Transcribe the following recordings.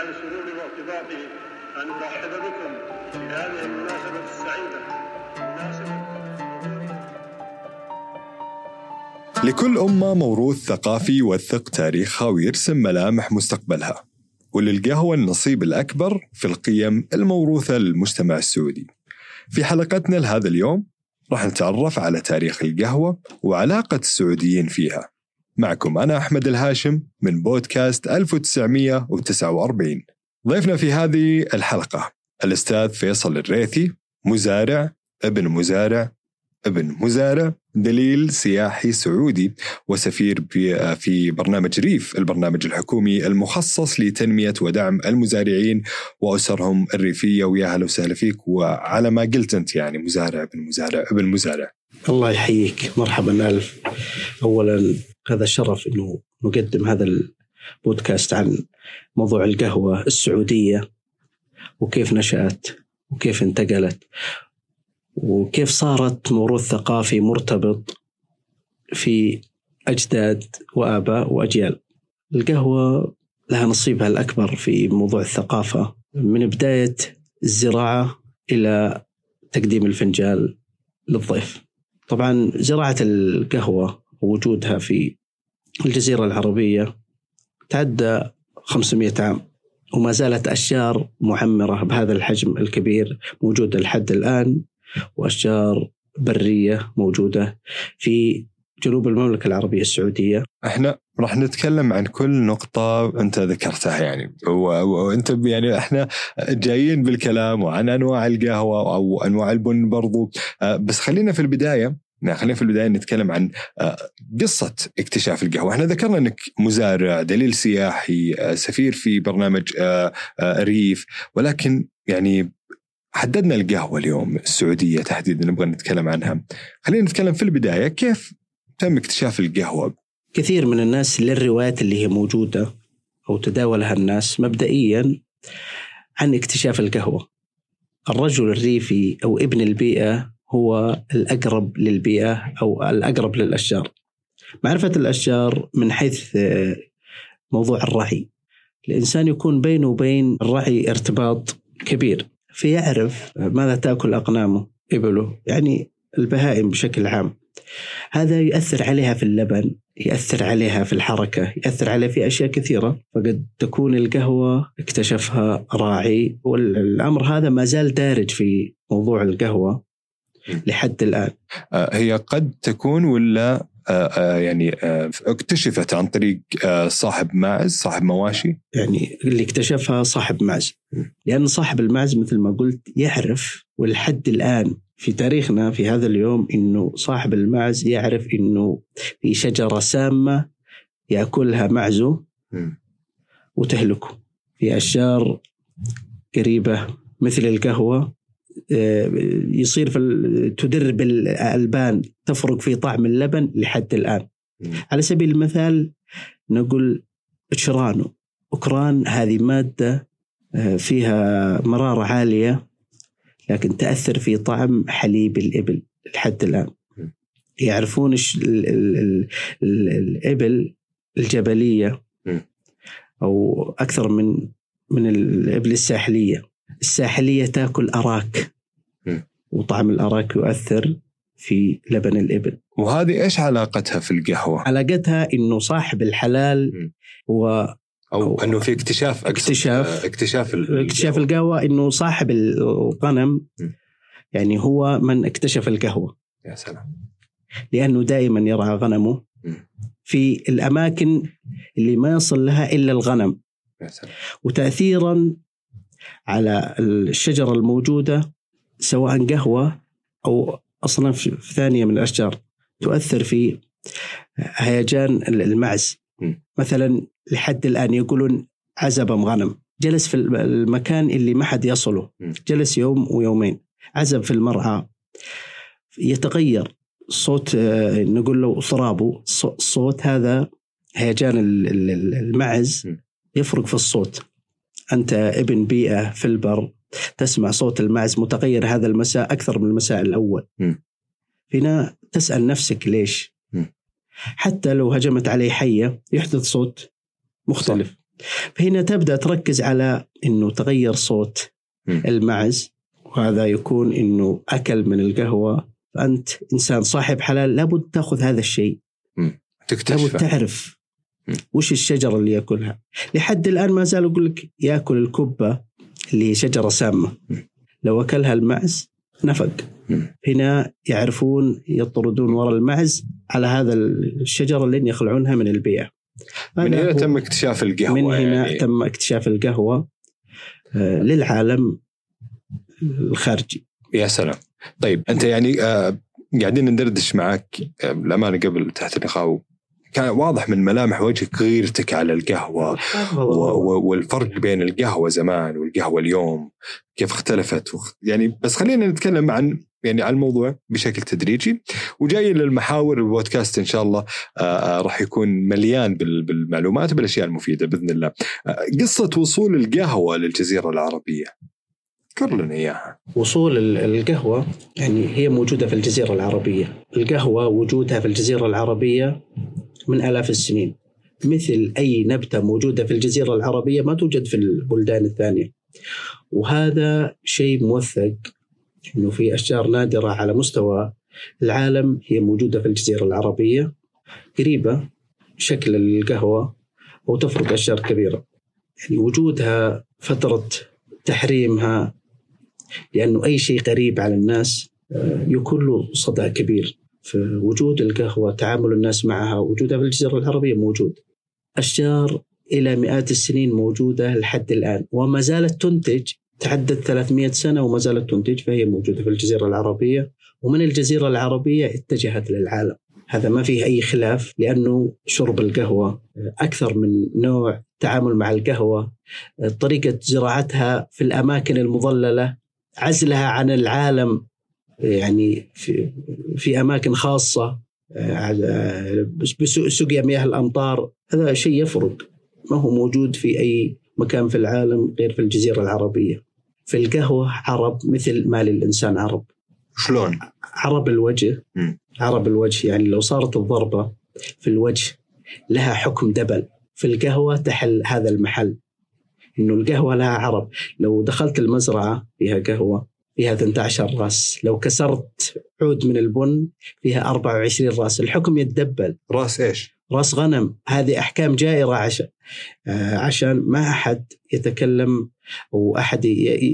منتهى سروري وارتباطي أن أرحب بكم في هذه المناسبة السعيدة. لكل أمة موروث ثقافي يوثق تاريخها ويرسم ملامح مستقبلها، وللقهوة النصيب الأكبر في القيم الموروثة للمجتمع السعودي. في حلقتنا لهذا اليوم راح نتعرف على تاريخ القهوة وعلاقة السعوديين فيها. معكم أنا أحمد الهاشم من بودكاست 1949. ضيفنا في هذه الحلقة الأستاذ فيصل الريثي، مزارع ابن مزارع ابن مزارع، دليل سياحي سعودي وسفير في برنامج ريف، البرنامج الحكومي المخصص لتنمية ودعم المزارعين وأسرهم الريفية. ويا هلا وسهلا فيك. وعلى ما قلت أنت يعني مزارع ابن مزارع ابن مزارع. الله يحييك، مرحبا ألف. أولا هذا شرف إنه نقدم هذا البودكاست عن موضوع القهوة السعودية وكيف نشأت وكيف انتقلت وكيف صارت موروث ثقافي مرتبط في أجداد وآباء وأجيال. القهوة لها نصيبها الأكبر في موضوع الثقافة، من بداية الزراعة إلى تقديم الفنجان للضيف. طبعا زراعة القهوة ووجودها في الجزيرة العربية تعدى 500 عام، وما زالت أشجار معمرة بهذا الحجم الكبير موجودة لحد الآن، وأشجار برية موجودة في جنوب المملكة العربية السعودية. احنا راح نتكلم عن كل نقطة انت ذكرتها يعني، وانت يعني احنا جايين بالكلام وعن انواع القهوة او انواع البن برضو. بس خلينا في البداية نتكلم عن قصة اكتشاف القهوة. احنا ذكرنا انك مزارع، دليل سياحي، سفير في برنامج ريف، ولكن يعني حددنا القهوة اليوم السعودية تحديدا نبغى نتكلم عنها. خلينا نتكلم في البداية، كيف تم اكتشاف القهوة؟ كثير من الناس للروايات اللي هي موجودة أو تداولها الناس مبدئيا عن اكتشاف القهوة. الرجل الريفي أو ابن البيئة هو الأقرب للبيئة أو الأقرب للأشجار. معرفة الأشجار من حيث موضوع الرعي، الإنسان يكون بينه وبين الرعي ارتباط كبير، فيعرف ماذا تأكل أقنامه، إبله، يعني البهائم بشكل عام. هذا يؤثر عليها في اللبن، يؤثر عليها في الحركة، يؤثر عليها في أشياء كثيرة. فقد تكون القهوة اكتشفها راعي، والأمر هذا ما زال دارج في موضوع القهوة لحد الآن. هي قد تكون ولا يعني اكتشفت عن طريق صاحب معز، صاحب مواشي؟ يعني اللي اكتشفها صاحب معز، لأن صاحب المعز مثل ما قلت يعرف، ولحد الآن في تاريخنا في هذا اليوم إنه صاحب المعز يعرف إنه في شجرة سامة يأكلها معزه وتهلكه. في أشجار قريبة مثل القهوة يصير تدرب الألبان تفرق في طعم اللبن لحد الآن. على سبيل المثال نقول شرانو أوكران، هذه مادة فيها مرارة عالية لكن تأثر في طعم حليب الإبل لحد الآن. يعرفون الإبل الجبلية أو أكثر من الإبل الساحلية تأكل أراك، وطعم الأراك يؤثر في لبن الإبل. وهذه إيش علاقتها في القهوة؟ علاقتها إنه صاحب الحلال هو أو أنه في اكتشاف القهوة، إنه صاحب الغنم يعني هو من اكتشف القهوة. يا سلام. لأنه دائما يرعى غنمه في الأماكن اللي ما يصل لها إلا الغنم. يا سلام. وتأثيرا على الشجرة الموجودة سواء قهوة أو أصناف ثانية من الأشجار تؤثر في هيجان المعز. مثلا لحد الآن يقولون عزب غنم جلس في المكان اللي ما حد يصله، جلس يوم ويومين، عزب في المرعى، يتغير صوت، نقول له صرابه، صوت هذا هيجان المعز يفرق في الصوت. أنت ابن بيئة في البر تسمع صوت المعز متغير هذا المساء أكثر من المساء الأول. هنا تسأل نفسك ليش؟ حتى لو هجمت عليه حية يحدث صوت مختلف. فهنا تبدأ تركز على أنه تغير صوت المعز، وهذا يكون أنه أكل من القهوة، فأنت إنسان صاحب حلال لابد تأخذ هذا الشيء، لابد تعرف وش الشجرة اللي يأكلها. لحد الآن ما زال يقول لك يأكل الكبة اللي هي شجرة سامة، لو أكلها المعز نفق. هنا يعرفون يطردون وراء المعز على هذا الشجرة اللي يخلعونها من البيئة. من هنا تم اكتشاف القهوة، من هنا يعني تم اكتشاف القهوة للعالم الخارجي. يا سلام. طيب أنت يعني قاعدين ندردش معك الأمانة قبل تحت اللقاء، كان واضح من ملامح وجهك غيرتك على القهوة والفرق بين القهوة زمان والقهوة اليوم كيف اختلفت. يعني بس خلينا نتكلم عن الموضوع بشكل تدريجي، وجاي للمحاور. البودكاست إن شاء الله راح يكون مليان بالمعلومات وبالأشياء المفيدة بإذن الله. قصة وصول القهوة للجزيرة العربية ذكر لنا إياها. وصول القهوة يعني هي موجودة في الجزيرة العربية. القهوة وجودها في الجزيرة العربية من آلاف السنين، مثل أي نبتة موجودة في الجزيرة العربية ما توجد في البلدان الثانية. وهذا شيء موثق إنه في أشجار نادرة على مستوى العالم هي موجودة في الجزيرة العربية، قريبة شكل القهوة وتفرض أشجار كبيرة. يعني وجودها فترة تحريمها لأنه أي شيء قريب على الناس يكون له صدى كبير. فوجود القهوة، تعامل الناس معها، وجودها في الجزيرة العربية موجود. أشجار إلى مئات السنين موجودة لحد الآن وما زالت تنتج، تعدت 300 سنة وما زالت تنتج، فهي موجودة في الجزيرة العربية. ومن الجزيرة العربية اتجهت للعالم، هذا ما فيه أي خلاف، لأنه شرب القهوة أكثر من نوع، تعامل مع القهوة، طريقة زراعتها في الأماكن المظللة، عزلها عن العالم يعني في أماكن خاصة، بسقيا مياه الأمطار. هذا شيء يفرق، ما هو موجود في أي مكان في العالم غير في الجزيرة العربية. في القهوة عرب مثل ما للإنسان عرب. شلون؟ عرب الوجه. عرب الوجه يعني لو صارت الضربة في الوجه لها حكم دبل، في القهوة تحل هذا المحل، إنه القهوة لها عرب. لو دخلت المزرعة فيها قهوة فيها 12 رأس، لو كسرت عود من البن فيها 24 رأس، الحكم يتدبل. رأس إيش؟ رأس غنم. هذه أحكام جائرة عشان ما أحد يتكلم أو أحد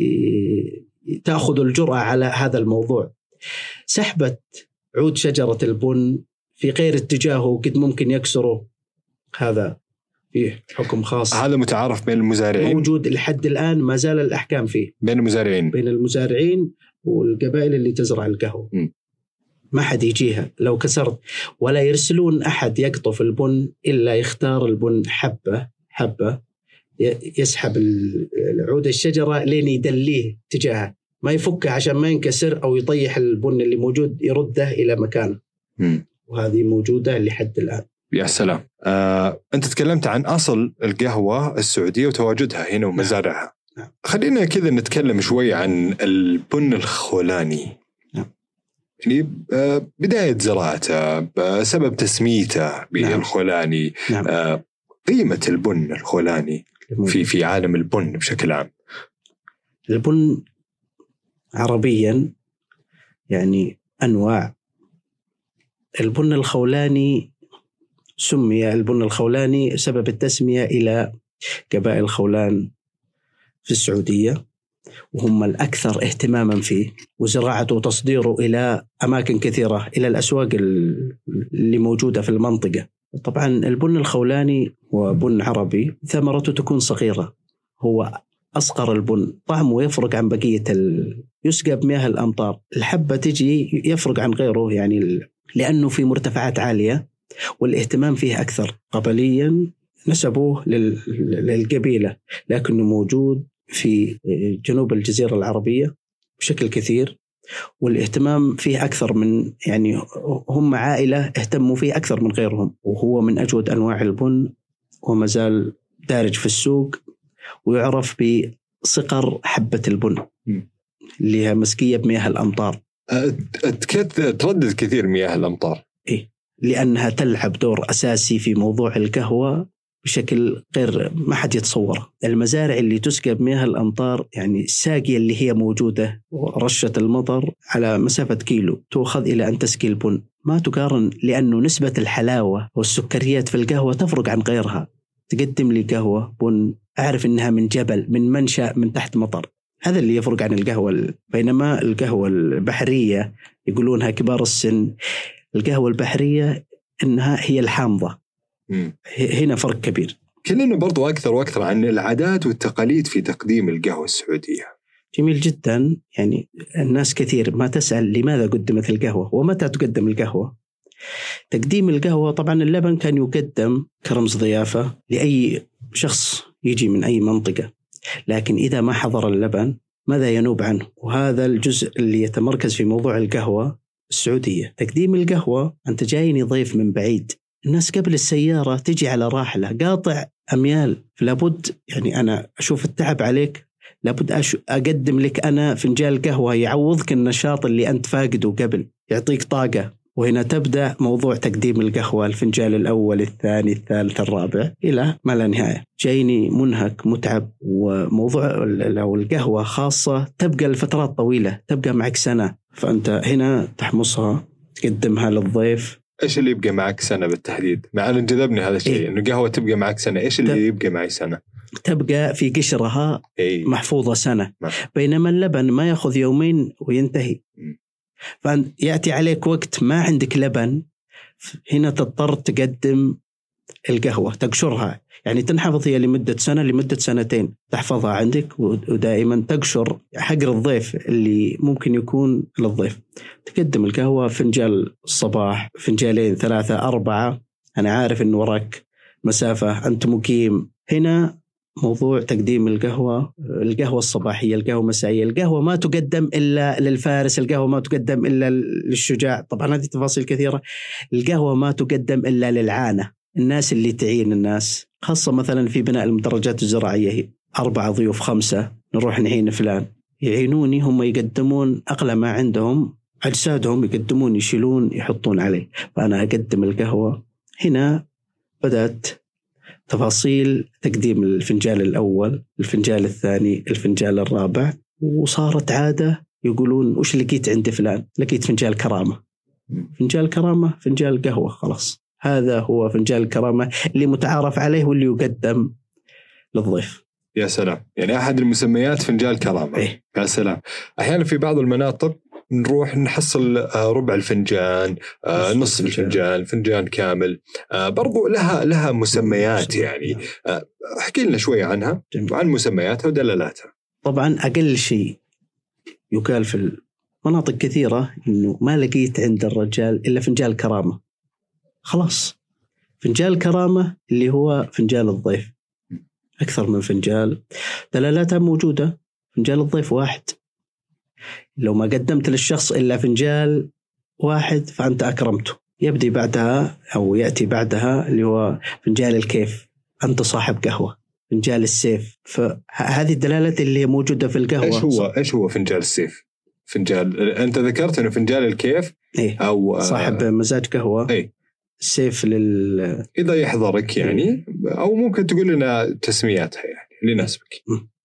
تأخذ الجرأة على هذا الموضوع. سحبة عود شجرة البن في غير اتجاهه قد ممكن يكسره، هذا فيه حكم خاص. هذا متعارف بين المزارعين، موجود لحد الآن، ما زال الأحكام فيه بين المزارعين والقبائل اللي تزرع القهوة. ما حد يجيها لو كسرت، ولا يرسلون أحد يقطف البن إلا يختار البن حبة يسحب العود الشجرة لين يدليه تجاهه، ما يفكه عشان ما ينكسر أو يطيح البن اللي موجود، يرده إلى مكانه. وهذه موجودة لحد الآن. يا سلام. أنت تكلمت عن أصل القهوة السعودية وتواجدها هنا ومزارعها. نعم. خلينا كذا نتكلم شوي عن البن الخولاني. يعني بداية زراعته، بسبب تسميته بالخولاني. نعم. قيمة البن الخولاني في عالم البن بشكل عام. البن عربيا يعني أنواع. البن الخولاني سمي البن الخولاني سبب التسمية إلى قبائل خولان في السعودية، وهم الأكثر اهتماما فيه وزراعته وتصديره إلى أماكن كثيرة، إلى الأسواق اللي موجودة في المنطقة. طبعا البن الخولاني هو بن عربي، ثمرته تكون صغيرة، هو أصغر البن، طعمه يفرق عن بقية يسقى بمياه الأمطار. الحبة تجي يفرق عن غيره يعني لأنه في مرتفعات عالية والاهتمام فيه أكثر. قبليا نسبوه للقبيلة، لكنه موجود في جنوب الجزيرة العربية بشكل كثير، والاهتمام فيه أكثر من يعني هم عائلة اهتموا فيه أكثر من غيرهم، وهو من أجود أنواع البن وما زال دارج في السوق، ويعرف بصقر حبة البن اللي هي مسقية بمياه الأمطار. تردد كثير مياه الأمطار. إيه، لأنها تلعب دور أساسي في موضوع القهوة بشكل غير ما حد يتصور. المزارع اللي تسقى بمياه الأمطار، يعني الساقية اللي هي موجودة ورشة المطر على مسافة كيلو تأخذ إلى أن تسقي البن، ما تقارن، لأنه نسبة الحلاوة والسكريات في القهوة تفرق عن غيرها. تقدم لي قهوة بن أعرف إنها من جبل، من منشأ، من تحت مطر، هذا اللي يفرق عن القهوة. بينما القهوة البحرية يقولونها كبار السن، القهوة البحرية إنها هي الحامضة. هنا فرق كبير. كلنا برضو أكثر وأكثر عن العادات والتقاليد في تقديم القهوة السعودية. جميل جدا. يعني الناس كثير ما تسأل لماذا قدمت القهوة ومتى تقدم القهوة. تقديم القهوة طبعا اللبن كان يقدم كرمز ضيافة لأي شخص يجي من أي منطقة، لكن إذا ما حضر اللبن ماذا ينوب عنه؟ وهذا الجزء اللي يتمركز في موضوع القهوة السعودية. تقديم القهوة، أنت جايني ضيف من بعيد، الناس قبل السيارة تجي على راحلة قاطع أميال، لابد يعني أنا أشوف التعب عليك، لابد أقدم لك أنا فنجان قهوة يعوضك النشاط اللي أنت فاقده قبل، يعطيك طاقة. وهنا تبدأ موضوع تقديم القهوة، الفنجان الأول، الثاني، الثالث، الرابع، إلى ما لا نهاية. جايني منهك متعب. وموضوع لو القهوة خاصة تبقى الفترات طويلة، تبقى معك سنة، فأنت هنا تحمصها تقدمها للضيف. إيش اللي يبقى معك سنة بالتحديد؟ مع أن انجذبني هذا الشيء، إنه قهوة تبقى معك سنة. إيش اللي يبقى معي سنة؟ تبقى في قشرها محفوظة سنة. بينما اللبن ما يأخذ يومين وينتهي. فيأتي عليك وقت ما عندك لبن، هنا تضطر تقدم القهوة، تقشرها، يعني تنحفظ هي لمدة سنة، لمدة سنتين تحفظها عندك، ودائما تقشر حقر الضيف اللي ممكن يكون للضيف. تقدم القهوة فنجان الصباح، فنجالين، 3، 4. أنا عارف إنه وراك مسافة، أنت مقيم هنا. موضوع تقديم القهوة الصباحية، القهوة المسائية، القهوة ما تقدم إلا للفارس، القهوة ما تقدم إلا للشجاع. طبعا هذه تفاصيل كثيرة. القهوة ما تقدم إلا للعانة، الناس اللي تعين الناس، خاصة مثلا في بناء المدرجات الزراعية، 4 ضيوف 5 نروح نعين فلان، يعينوني، هم يقدمون أقل ما عندهم، أجسادهم يقدمون، يشيلون، يحطون عليه، فأنا أقدم القهوة. هنا بدأت تفاصيل تقديم الفنجان الأول، الفنجان الثاني، الفنجان الرابع، وصارت عادة. يقولون وش لقيت عند فلان؟ لقيت فنجان الكرامة. فنجان الكرامة فنجان القهوة، خلاص هذا هو فنجان الكرامة اللي متعارف عليه واللي يقدم للضيف. يا سلام، يعني أحد المسميات فنجان الكرامة. إيه؟ يا سلام. أحيانا في بعض المناطق نروح نحصل ربع الفنجان، نصف الفنجان، فنجان كامل، برضو لها مسميات. يعني احكي لنا شوية عنها وعن مسمياتها ودلالاتها. طبعا أقل شيء يقال في المناطق كثيرة إنه ما لقيت عند الرجال إلا فنجان الكرامة، خلاص. فنجان الكرامة اللي هو فنجان الضيف، أكثر من فنجان، دلالاتها موجودة. فنجان الضيف واحد، لو ما قدمت للشخص إلا فنجان واحد فأنت أكرمته. يبدي بعدها أو يأتي بعدها اللي هو فنجان الكيف، أنت صاحب قهوة. فنجان السيف، فهذه الدلالات اللي موجودة في القهوة. إيش هو فنجان السيف؟ فنجان، أنت ذكرت إنه فنجان الكيف. إيه؟ أو صاحب مزاج قهوة. إيه؟ السيف إذا يحضرك يعني. أو ممكن تقول لنا تسمياتها يعني اللي يناسبك.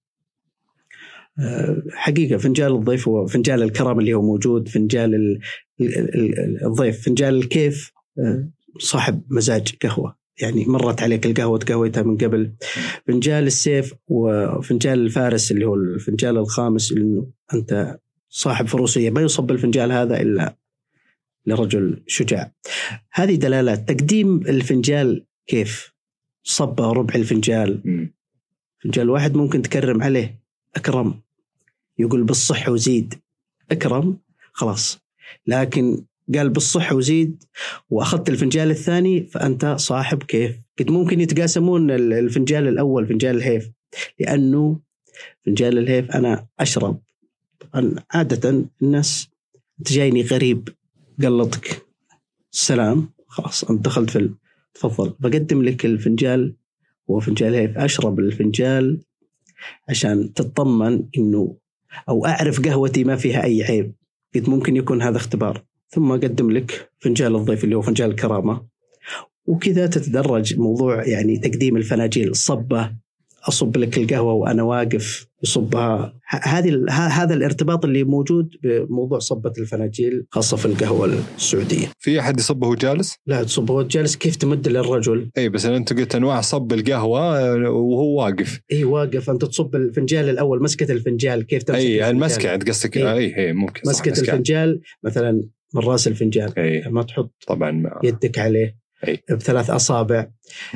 حقيقة فنجان الضيف هو فنجان الكرامة اللي هو موجود، فنجان الضيف، فنجان الكيف صاحب مزاج قهوة، يعني مرت عليك القهوة تقهويتها من قبل. فنجان السيف وفنجان الفارس اللي هو الفنجان الخامس، إنه أنت صاحب فروسية، ما يصب الفنجان هذا إلا لرجل شجاع. هذه دلالات تقديم الفنجان. كيف صبه ربع الفنجان، فنجان واحد ممكن تكرم عليه، أكرم، يقول بالصحة وزيد، أكرم، خلاص. لكن قال بالصحة وزيد وأخذت الفنجان الثاني فأنت صاحب كيف. قد ممكن يتقاسمون الفنجان الأول، فنجان الهيف، لأنه فنجان الهيف أنا أشرب. عادة الناس تجايني غريب، قلطك السلام، خلاص أنت دخلت في تفضل، بقدم لك الفنجان وفنجان الهيف، أشرب الفنجان عشان تطمن إنه أو أعرف قهوتي ما فيها أي عيب. قد ممكن يكون هذا اختبار. ثم أقدم لك فنجان الضيف اللي هو فنجان الكرامة، وكذا تتدرج موضوع يعني تقديم الفناجيل، الصبة أصب لك القهوة وأنا واقف يصبها. هذا الارتباط اللي موجود بموضوع صبة الفناجيل خاصة في القهوة السعودية. في أحد يصبه جالس؟ لا تصبه جالس، كيف تمد للرجل؟ أي بس أنت قلت أنواع صب القهوة وهو واقف. أي واقف، أنت تصب الفنجال الأول، مسكة الفنجال كيف تمسك؟ أي المسكة أنت قصدك؟ أي ممكن مسكة الفنجال مثلا من رأس الفنجال، ما تحط طبعا يدك عليه ب3 أصابع.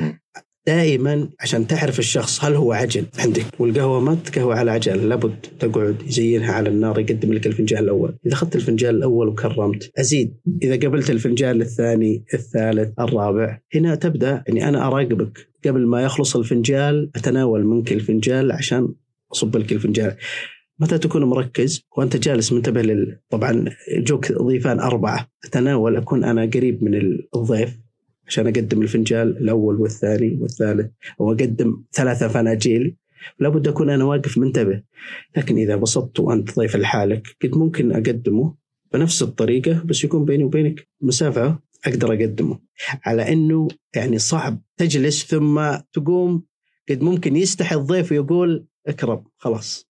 دائما عشان تعرف الشخص هل هو عجل عندك، والقهوة ما تقهوى على عجل، لابد تقعد يزينها على النار، يقدم لك الفنجان الأول. إذا أخذت الفنجان الأول وكرمت أزيد، إذا قبلت الفنجان الثاني الثالث الرابع، هنا تبدأ يعني أنا أراقبك قبل ما يخلص الفنجال، أتناول منك الفنجال عشان أصب لك الفنجان. متى تكون مركز وأنت جالس منتبه طبعا جوك ضيفان 4، أتناول، أكون أنا قريب من الضيف عشان أقدم الفنجال الأول والثاني والثالث، أو أقدم 3 فناجيل، لابد أكون أنا واقف منتبه. لكن إذا بسطت وأنت ضيف لحالك، كنت ممكن أقدمه بنفس الطريقة بس يكون بيني وبينك مسافة، أقدر أقدمه. على أنه يعني صعب تجلس ثم تقوم، قد ممكن يستحي الضيف ويقول اكرم خلاص.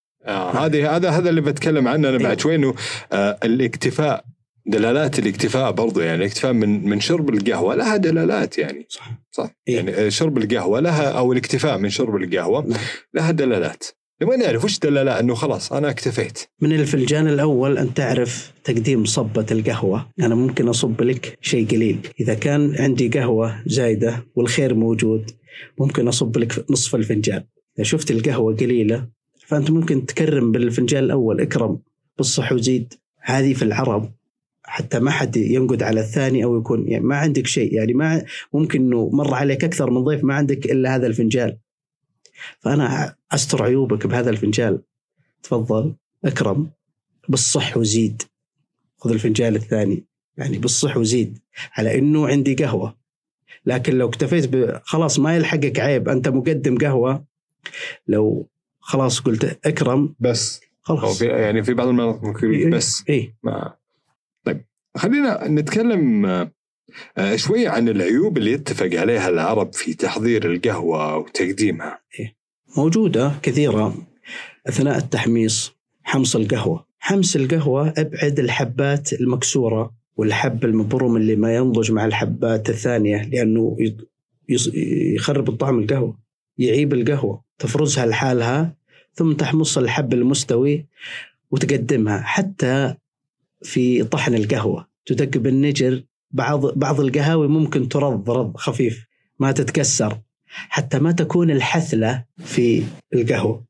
هذا اللي بتكلم عنه أنا بعد شوي، إنه الاكتفاء، دلالات الاكتفاء برضو، يعني الاكتفاء من شرب القهوة لها دلالات، يعني صح. يعني شرب القهوة لها، أو الاكتفاء من شرب القهوة لها دلالات. نبغى نعرف وش دلالات أنه خلاص أنا اكتفيت. من الفنجان الأول أن تعرف تقديم صبة القهوة. أنا ممكن أصب لك شيء قليل، إذا كان عندي قهوة زايدة والخير موجود ممكن أصب لك نصف الفنجان. إذا شفت القهوة قليلة فأنت ممكن تكرم بالفنجان الأول، اكرم بالصح وزيد. هذه في العرب حتى ما حد ينقد على الثاني، أو يكون يعني ما عندك شيء، يعني ما ممكن إنه مر عليك أكثر من ضيف ما عندك إلا هذا الفنجان، فأنا أستر عيوبك بهذا الفنجان، تفضل اكرم بالصح وزيد، خذ الفنجان الثاني يعني بالصح وزيد، على إنه عندي قهوة. لكن لو اكتفيت خلاص ما يلحقك عيب، أنت مقدم قهوة، لو خلاص قلت اكرم بس خلاص، يعني في بعض المناطق ممكن بس طيب خلينا نتكلم شوية عن العيوب اللي يتفق عليها العرب في تحضير القهوة وتقديمها. موجودة كثيرة أثناء التحميص. حمص القهوة، حمص القهوة أبعد الحبات المكسورة والحب المبروم اللي ما ينضج مع الحبات الثانية، لأنه يخرب الطعم القهوة، يعيب القهوة. تفرزها لحالها ثم تحمص الحب المستوي وتقدمها. حتى في طحن القهوة تدق بالنجر، بعض القهاوي ممكن ترض رض خفيف ما تتكسر، حتى ما تكون الحثلة في القهوة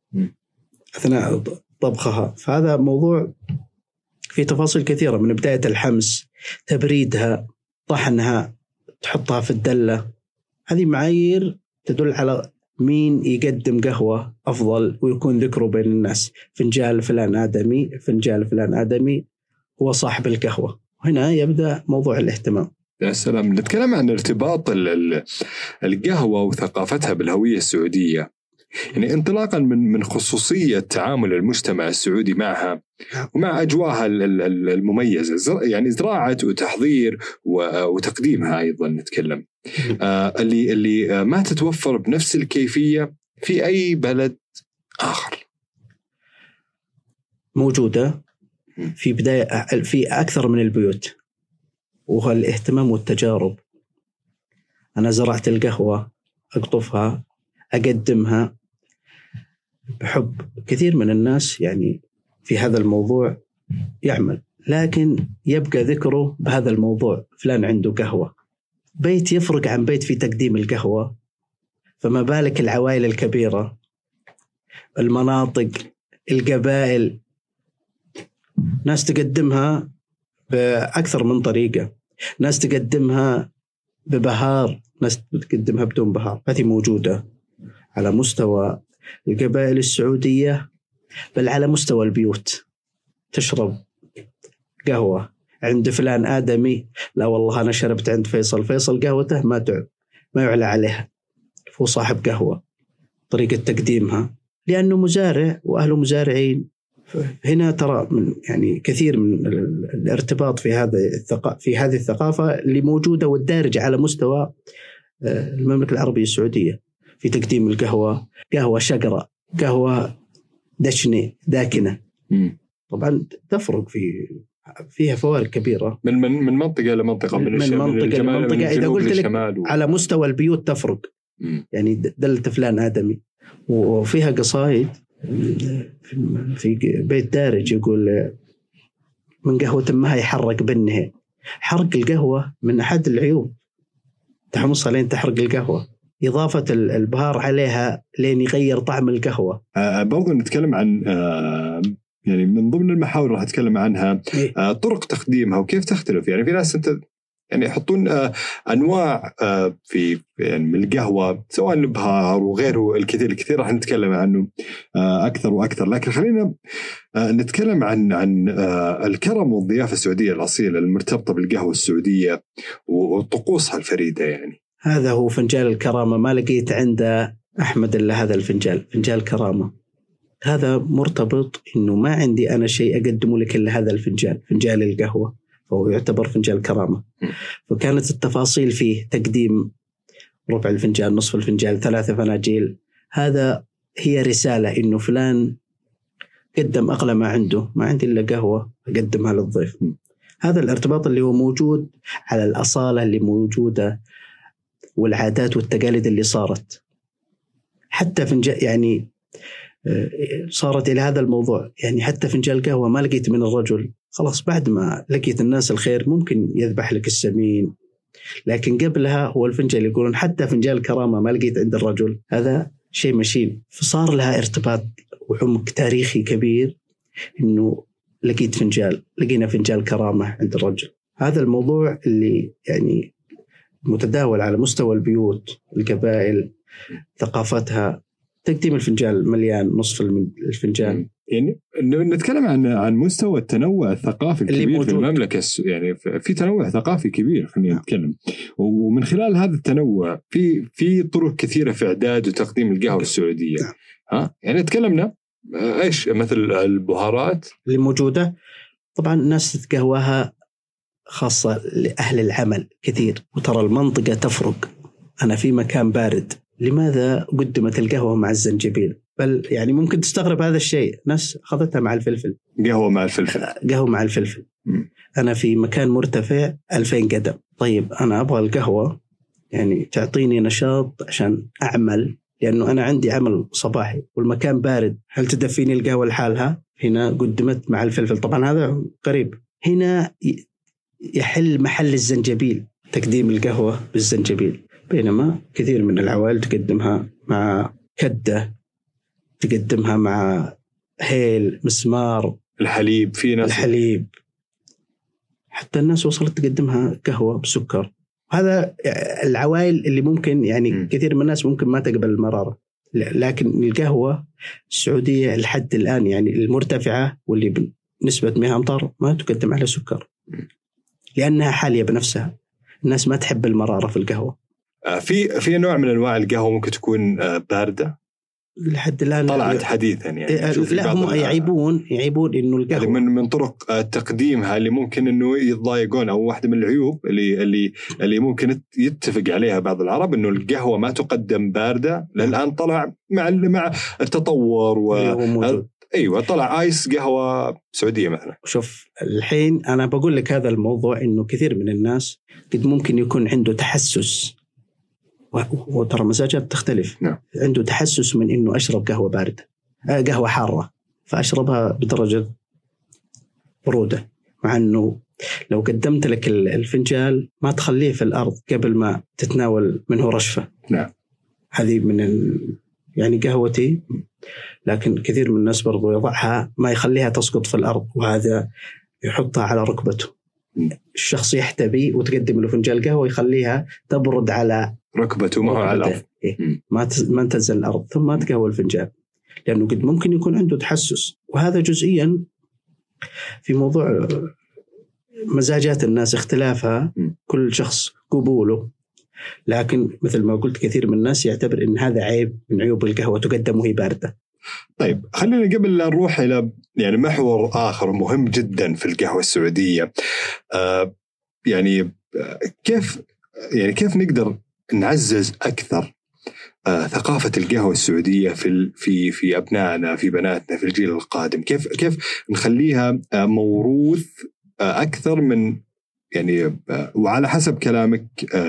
أثناء طبخها. فهذا موضوع في تفاصيل كثيرة، من بداية الحمس، تبريدها، طحنها، تحطها في الدلة. هذه معايير تدل على مين يقدم قهوة أفضل ويكون ذكره بين الناس. فنجال فلان آدمي، فنجال فلان آدمي هو صاحب القهوة. هنا يبدأ موضوع الاهتمام. يا سلام. نتكلم عن ارتباط القهوة وثقافتها بالهوية السعودية، يعني انطلاقا من خصوصية تعامل المجتمع السعودي معها ومع أجواءها المميزة، يعني زراعة وتحضير وتقديمها أيضا. نتكلم اللي ما تتوفر بنفس الكيفية في أي بلد آخر. موجودة في بداية في أكثر من البيوت، وهو الاهتمام والتجارب. أنا زرعت القهوة، أقطفها، أقدمها بحب. كثير من الناس يعني في هذا الموضوع يعمل، لكن يبقى ذكره بهذا الموضوع، فلان عنده قهوة. بيت يفرق عن بيت في تقديم القهوة، فما بالك العوائل الكبيرة، المناطق، القبائل. ناس تقدمها بأكثر من طريقة، ناس تقدمها ببهار، ناس تقدمها بدون بهار. هذه موجودة على مستوى القبائل السعودية، بل على مستوى البيوت. تشرب قهوة عند فلان آدمي، لا والله أنا شربت عند فيصل قهوته ما يعلى عليها، هو صاحب قهوة. طريقة تقديمها لأنه مزارع وأهله مزارعين، هنا ترى من يعني كثير من الارتباط في هذه الثقافة اللي موجودة والدارجة على مستوى المملكة العربية السعودية في تقديم القهوة، قهوة شقرة، قهوة دشنة داكنة. طبعا تفرق فيها فوارق كبيرة من منطقة لمنطقة، من منطقة لمنطقة. إذا قلت لك على مستوى البيوت تفرق. يعني دلت فلان آدمي، وفيها قصائد في بيت دارج يقول من قهوة ما يحرق بنه. حرق القهوة من أحد العيوب، تحمص لين تحرق القهوة، إضافة البهار عليها لين يغير طعم القهوة. برضو نتكلم عن يعني من ضمن المحاور راح أتكلم عنها طرق تقديمها وكيف تختلف. يعني في ناس يعني يحطون أنواع في يعني من القهوة سواء البهار وغيره الكثير راح نتكلم عنه أكثر وأكثر. لكن خلينا نتكلم عن الكرم والضيافة السعودية الأصيلة المرتبطة بالقهوة السعودية وطقوسها الفريدة. يعني هذا هو فنجال الكرامة. ما لقيت عند أحمد إلا هذا الفنجال، فنجال كرامة. هذا مرتبط إنه ما عندي أنا شيء أقدمه لك إلا هذا الفنجال، فنجال القهوة، فهو يعتبر فنجال كرامة. فكانت التفاصيل فيه تقديم ربع الفنجال، نصف الفنجال، 3 فناجيل. هذا هي رسالة إنه فلان قدم أغلى ما عنده، ما عندي إلا قهوة أقدمها للضيف. هذا الارتباط اللي هو موجود على الأصالة اللي موجودة والعادات والتقاليد اللي صارت. حتى فنجال يعني صارت إلى هذا الموضوع. يعني حتى فنجال قهوة ما لقيت من الرجل، خلاص بعد ما لقيت الناس الخير ممكن يذبح لك السمين، لكن قبلها هو الفنجال يقولون حتى فنجال كرامة ما لقيت عند الرجل. هذا شيء مشين، فصار لها ارتباط وعمق تاريخي كبير إنه لقينا فنجال كرامة عند الرجل. هذا الموضوع اللي يعني متداول على مستوى البيوت، القبائل، ثقافتها. تقديم الفنجال مليان، نصف الفنجال. يعني نتكلم عن مستوى التنوع الثقافي الكبير في المملكة. يعني في تنوع ثقافي كبير، خلينا نتكلم. ومن خلال هذا التنوع في طرق كثيرة في إعداد وتقديم القهوة السعودية. يعني تكلمنا إيش مثل البهارات اللي موجودة. طبعا الناس تتقهواها خاصة لأهل العمل كثير، وترى المنطقة تفرق. أنا في مكان بارد، لماذا قدمت القهوة مع الزنجبيل؟ بل يعني ممكن تستغرب هذا الشيء، ناس أخذتها مع الفلفل، قهوة مع الفلفل. أنا في مكان مرتفع 2000 قدم، طيب أنا أبغى القهوة يعني تعطيني نشاط عشان أعمل، لأنه أنا عندي عمل صباحي والمكان بارد. هل تدفيني القهوة لحالها؟ هنا قدمت مع الفلفل. طبعا هذا قريب. هنا يحل محل الزنجبيل، تقديم القهوة بالزنجبيل. بينما كثير من العوائل تقدمها مع كدة، تقدمها مع هيل، مسمار، الحليب. في ناس الحليب، حتى الناس وصلت تقدمها قهوة بسكر. هذا العوائل اللي ممكن يعني كثير من الناس ممكن ما تقبل المرارة. لكن القهوة السعودية لحد الآن يعني المرتفعة واللي بنسبة مياه أمطار ما تقدم على سكر، لأنها حالية بنفسها. الناس ما تحب المرارة في القهوة. في نوع من أنواع القهوة ممكن تكون باردة لحد الآن طلعت حديثا. يعني لا، هم يعيبون إنه القهوة من طرق تقديمها اللي ممكن إنه يتضايقون، أو واحدة من العيوب اللي ممكن يتفق عليها بعض العرب إنه القهوة ما تقدم باردة. للآن طلع مع التطور أيوة طلع آيس قهوة سعودية مثلا. شوف الحين أنا بقول لك هذا الموضوع إنه كثير من الناس قد ممكن يكون عنده تحسس، وترى مزاجات تختلف. عنده تحسس من إنه أشرب قهوة باردة، قهوة حارة، فأشربها بدرجة برودة، مع إنه لو قدمت لك الفنجال ما تخليه في الأرض قبل ما تتناول منه رشفة. هذه من يعني قهوتي. لكن كثير من الناس برضو يضعها ما يخليها تسقط في الأرض، وهذا يحطها على ركبته. الشخص يحتبي وتقدم له فنجال قهوة يخليها تبرد على ركبته، ما هو على الأرض. ما تنزل الأرض ثم تقهوى الفنجال، لأنه قد ممكن يكون عنده تحسس. وهذا جزئيا في موضوع مزاجات الناس، اختلافها، كل شخص قبوله. لكن مثل ما قلت كثير من الناس يعتبر إن هذا عيب من عيوب القهوة تقدم وهي باردة. طيب خلينا قبل لا نروح إلى يعني محور آخر مهم جدا في القهوة السعودية، كيف نقدر نعزز أكثر ثقافة القهوة السعودية في أبنائنا، في بناتنا، في الجيل القادم؟ كيف نخليها موروث أكثر من يعني، وعلى حسب كلامك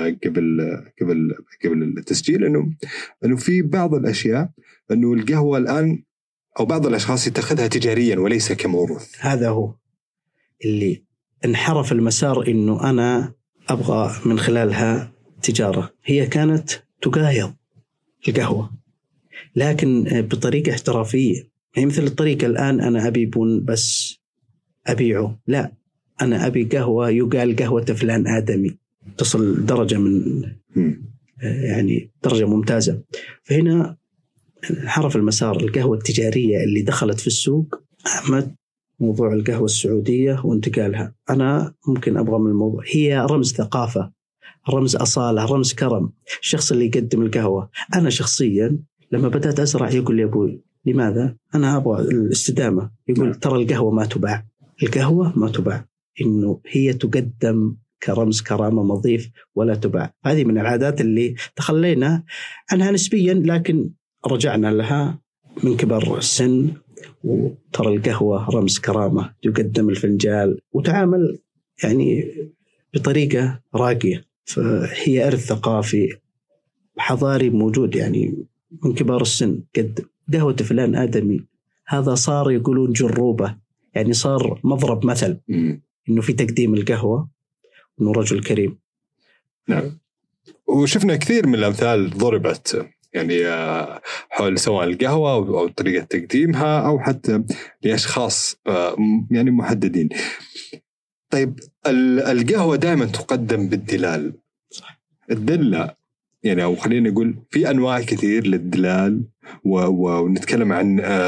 قبل التسجيل إنه في بعض الأشياء إنه القهوة الآن أو بعض الأشخاص يتخذها تجاريا وليس كموروث. هذا هو اللي انحرف المسار، إنه أنا أبغى من خلالها تجارة. هي كانت تقايض القهوة لكن بطريقة احترافية، هي مثل الطريقة الآن أنا أبي بن بس أبيعه، لا، أنا أبي قهوة يقال قهوة فلان آدمي، تصل درجة من يعني درجة ممتازة. فهنا انحرف المسار، القهوة التجارية اللي دخلت في السوق أحمد موضوع القهوة السعودية وانتقالها. أنا ممكن أبغى من الموضوع، هي رمز ثقافة، رمز أصالة، رمز كرم. الشخص اللي يقدم القهوة، أنا شخصيا لما بدأت أزرع يقول لي أبوي لماذا؟ أنا أبغى الاستدامة. يقول ترى القهوة ما تباع، القهوة ما تباع، إنه هي تقدم كرمز كرامة مضيف ولا تباع. هذه من العادات اللي تخلينا عنها نسبيا، لكن رجعنا لها من كبر السن. وترى القهوة رمز كرامة، يقدم الفنجال وتعامل يعني بطريقة راقية. فهي إرث ثقافي حضاري موجود يعني من كبار السن. قد قهوة فلان آدمي هذا صار يقولون جروبة، يعني صار مضرب مثل إنه في تقديم القهوة إنه رجل كريم. نعم، وشفنا كثير من الأمثال ضربت يعني حول سواء القهوة أو طريقة تقديمها أو حتى لأشخاص يعني محددين. طيب القهوة دائما تقدم بالدلال. الدلة يعني، أو خلينا نقول في أنواع كثير للدلال، ونتكلم عن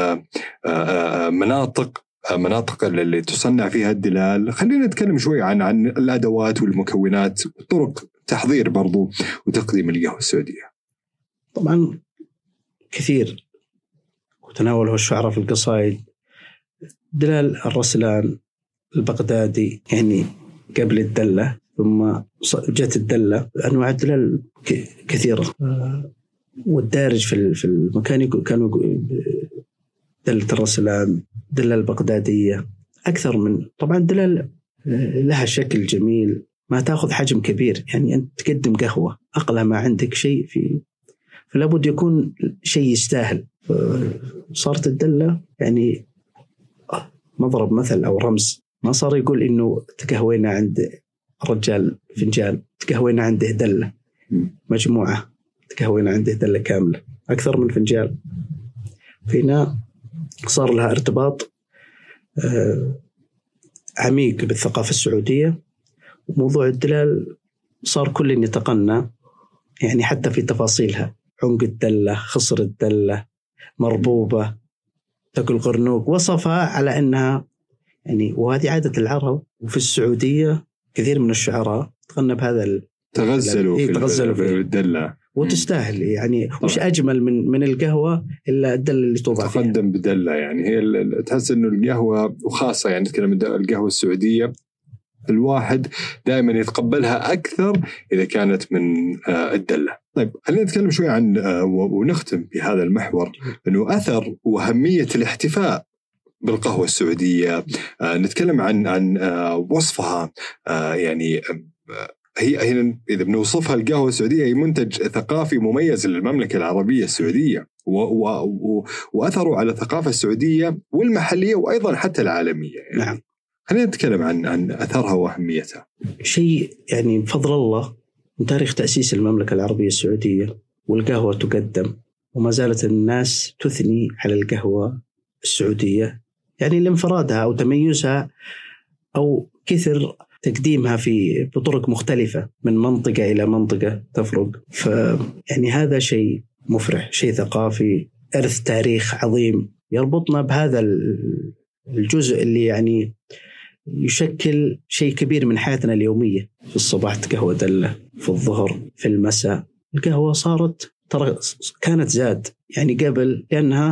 مناطق اللي تصنع فيها الدلال. خلينا نتكلم شوي عن الأدوات والمكونات وطرق تحضير برضو وتقديم القهوة السعودية. طبعا كثير وتناوله الشعراء في القصائد. دلال الرسلان، البغدادي، يعني قبل الدلة، ثم جت الدلة. أنواع الدلال كثيرة، والدارج في المكان كانوا دلة الرسلان، دلة البغدادية، أكثر من. طبعا دلال لها شكل جميل، ما تأخذ حجم كبير، يعني أنت تقدم قهوة أقل ما عندك شيء فلا بد يكون شيء يستاهل. صارت الدلة يعني مضرب مثل أو رمز. ما صار يقول إنه تقهوينا عند الرجال فنجان، تقهوينا عنده دلة مجموعة، تقهوينا عنده دلة كاملة أكثر من فنجان. فينا صار لها ارتباط عميق بالثقافة السعودية. وموضوع الدلال صار كل يتقنى يعني حتى في تفاصيلها، عنق الدلة، خصر الدلة، مربوبة، تاكل قرنوق، وصفها على أنها يعني، وهذه عادة العرب. وفي السعودية كثير من الشعراء تغنى بهذا، تغزلوا في الدلة، وتستاهل يعني. وش أجمل من القهوة إلا الدلة اللي توضع فيها، تقدم بدلة. يعني هي تحس إنه القهوة، وخاصة يعني نتكلم القهوة السعودية، الواحد دائما يتقبلها أكثر إذا كانت من الدلة. طيب خلينا نتكلم شوي عن ونختم بهذا المحور إنه أثر وأهمية الاحتفاء بالقهوة السعودية. نتكلم عن وصفها. يعني هي إذا بنوصفها القهوة السعودية هي منتج ثقافي مميز للمملكة العربية السعودية، وأثره على الثقافة السعودية والمحلية وأيضا حتى العالمية يعني. نعم. خلينا نتكلم عن أثرها وأهميتها. شيء يعني بفضل الله من تاريخ تأسيس المملكة العربية السعودية والقهوة تقدم، وما زالت الناس تثني على القهوة السعودية يعني لانفرادها أو تميزها أو كثر تقديمها بطرق مختلفة من منطقة إلى منطقة تفرق. يعني هذا شيء مفرح، شيء ثقافي، إرث تاريخ عظيم يربطنا بهذا الجزء اللي يعني يشكل شيء كبير من حياتنا اليومية. في الصباح قهوة دلة، في الظهر، في المساء. القهوة صارت كانت زاد يعني قبل، لأنها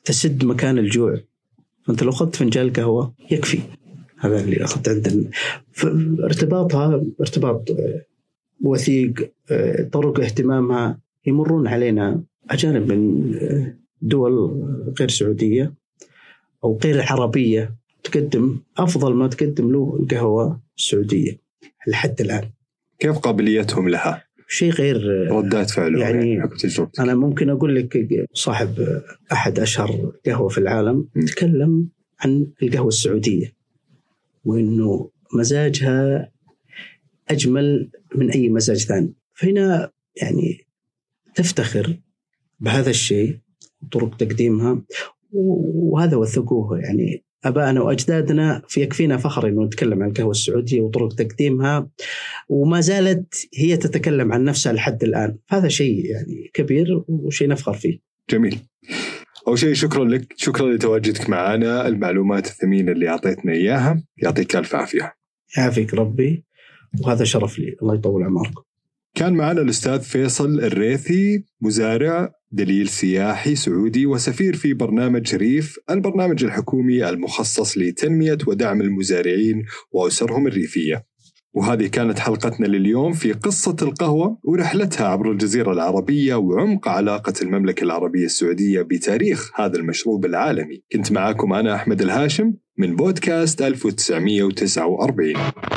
تسد مكان الجوع. فأنت لو أخذت فنجان قهوة يكفي. هذا اللي أخذت عندنا. ارتباطها ارتباط وثيق. طرق اهتمامها يمرون علينا أجانب من دول غير سعودية أو غير عربية تقدم أفضل ما تقدم له القهوة السعودية لحد الآن. كيف قابليتهم لها؟ شيء غير ردات فعله يعني. أنا ممكن أقول لك صاحب أحد أشهر قهوة في العالم تكلم عن القهوة السعودية وإنه مزاجها أجمل من أي مزاج ثاني. فهنا يعني تفتخر بهذا الشيء وطرق تقديمها، وهذا وثقوه يعني أبائنا وأجدادنا. يكفينا فخر إنه نتكلم عن القهوة السعودية وطرق تقديمها، وما زالت هي تتكلم عن نفسها لحد الآن. هذا شيء يعني كبير وشيء نفخر فيه. جميل. أول شيء شكرا لك، شكرا لتواجدك معنا، المعلومات الثمينة اللي أعطيتنا إياها. يعطيك ألف عافية. يعافيك ربي، وهذا شرف لي. الله يطول عمركم. كان معنا الأستاذ فيصل الريثي، مزارع دليل سياحي سعودي وسفير في برنامج ريف، البرنامج الحكومي المخصص لتنمية ودعم المزارعين وأسرهم الريفية. وهذه كانت حلقتنا لليوم في قصة القهوة ورحلتها عبر الجزيرة العربية وعمق علاقة المملكة العربية السعودية بتاريخ هذا المشروب العالمي. كنت معاكم أنا أحمد الهاشم من بودكاست 1949.